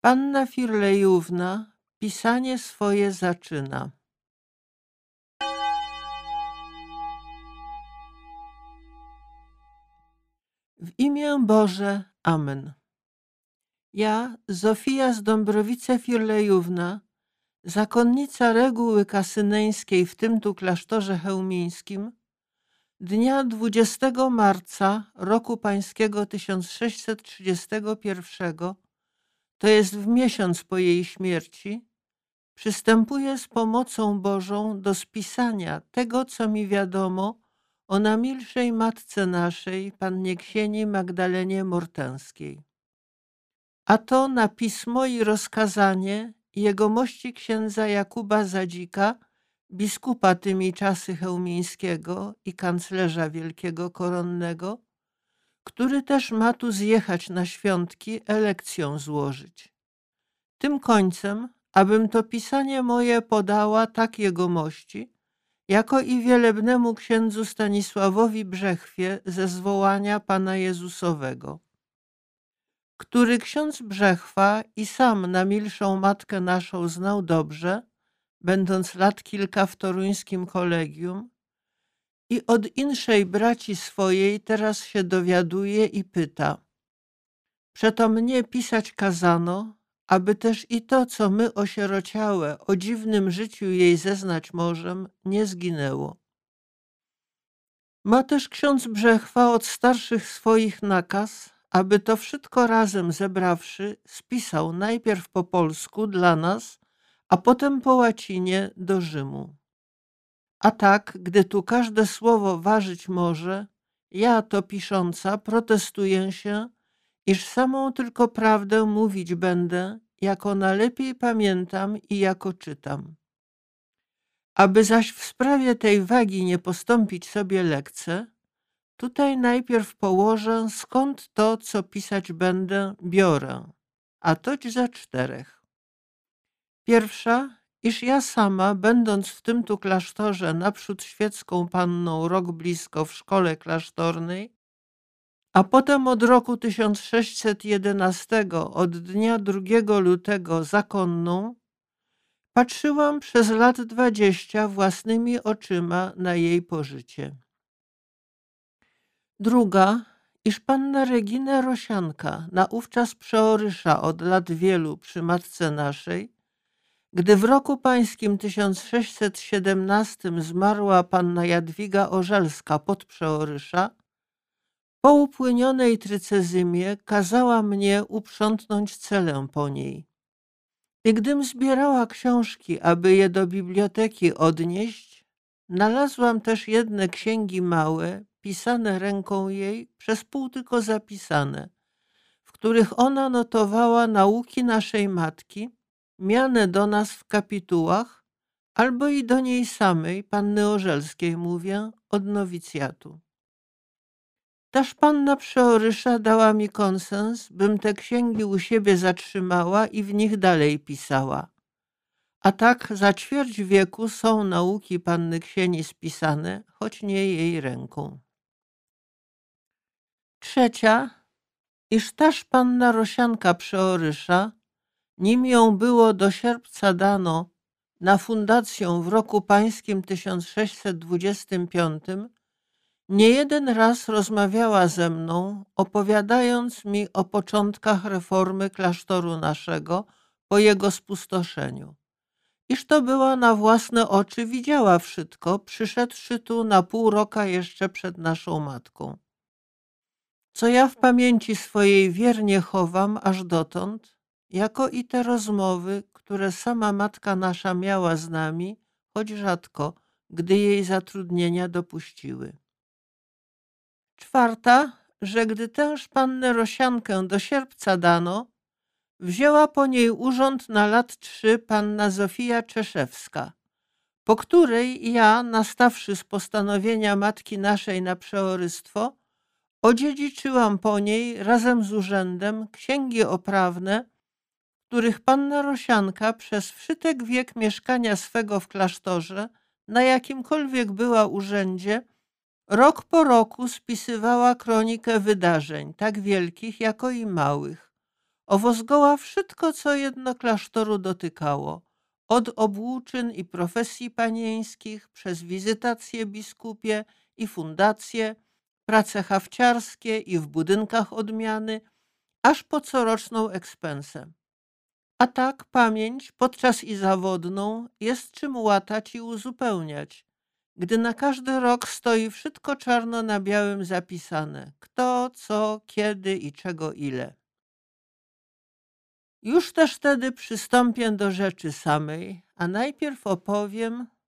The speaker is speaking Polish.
Panna Firlejówna pisanie swoje zaczyna. W imię Boże, Amen. Ja, Zofia z Dąbrowice Firlejówna, zakonnica reguły kasyneńskiej w tym tu klasztorze chełmińskim, dnia 20 marca roku pańskiego 1631, to jest w miesiąc po jej śmierci, przystępuję z pomocą Bożą do spisania tego, co mi wiadomo o namilszej Matce naszej, Pannie Ksieni Magdalenie Mortenskiej. A to na pismo i rozkazanie Jegomości księdza Jakuba Zadzika, biskupa tymi czasy chełmińskiego i kanclerza wielkiego koronnego, który też ma tu zjechać na świątki elekcją złożyć. Tym końcem, abym to pisanie moje podała tak jegomości, jako i wielebnemu księdzu Stanisławowi Brzechwie ze zwołania Pana Jezusowego, który ksiądz Brzechwa i sam namilszą Matkę naszą znał dobrze, będąc lat kilka w toruńskim kolegium, i od inszej braci swojej teraz się dowiaduje i pyta: przeto mnie pisać kazano, aby też i to, co my osierociałe o dziwnym życiu jej zeznać możem, nie zginęło. Ma też ksiądz Brzechwa od starszych swoich nakaz, aby to wszystko razem zebrawszy, spisał najpierw po polsku dla nas, a potem po łacinie do Rzymu. A tak, gdy tu każde słowo ważyć może, ja to pisząca protestuję się, iż samą tylko prawdę mówić będę, jako najlepiej pamiętam i jako czytam. Aby zaś w sprawie tej wagi nie postąpić sobie lekce, tutaj najpierw położę, skąd to, co pisać będę, biorę, a toć za 4. Pierwsza, iż ja sama, będąc w tym tu klasztorze naprzód świecką panną rok blisko w szkole klasztornej, a potem od roku 1611, od dnia 2 lutego zakonną, patrzyłam przez lat 20 własnymi oczyma na jej pożycie. Druga, iż panna Regina Rosianka, naówczas przeorysza od lat wielu przy Matce naszej, gdy w roku pańskim 1617 zmarła panna Jadwiga Orzelska podprzeorysza, po upłynionej trycezymie kazała mnie uprzątnąć celę po niej. I gdym zbierała książki, aby je do biblioteki odnieść, znalazłam też jedne księgi małe, pisane ręką jej, przez pół tylko zapisane, w których ona notowała nauki naszej matki, miane do nas w kapitułach, albo i do niej samej, panny Orzelskiej mówię, od nowicjatu. Taż panna przeorysza dała mi konsens, bym te księgi u siebie zatrzymała i w nich dalej pisała. A tak za ćwierć wieku są nauki panny Ksieni spisane, choć nie jej ręką. Trzecia, iż taż panna Rosianka przeorysza, nim ją było do sierpca dano na fundację w roku pańskim 1625, nie jeden raz rozmawiała ze mną, opowiadając mi o początkach reformy klasztoru naszego po jego spustoszeniu. Iż to była na własne oczy widziała wszystko, przyszedłszy tu na pół roka jeszcze przed naszą matką. Co ja w pamięci swojej wiernie chowam aż dotąd, jako i te rozmowy, które sama matka nasza miała z nami, choć rzadko, gdy jej zatrudnienia dopuściły. Czwarta, że gdy tęż pannę Rosiankę do sierpca dano, wzięła po niej urząd na lat 3 panna Zofia Czeszewska, po której ja, nastawszy z postanowienia matki naszej na przeorystwo, odziedziczyłam po niej razem z urzędem księgi oprawne, w których panna Rosianka przez wszytek wiek mieszkania swego w klasztorze, na jakimkolwiek była urzędzie, rok po roku spisywała kronikę wydarzeń, tak wielkich jako i małych, Owo zgoła wszystko, co jedno klasztoru dotykało, od obłóczyn i profesji panieńskich, przez wizytacje biskupie i fundacje, prace hafciarskie i w budynkach odmiany, aż po coroczną ekspensę. A tak pamięć, podczas i zawodną, jest czym łatać i uzupełniać, gdy na każdy rok stoi wszystko czarno na białym zapisane, kto, co, kiedy i czego ile. Już też wtedy przystąpię do rzeczy samej, a najpierw opowiem,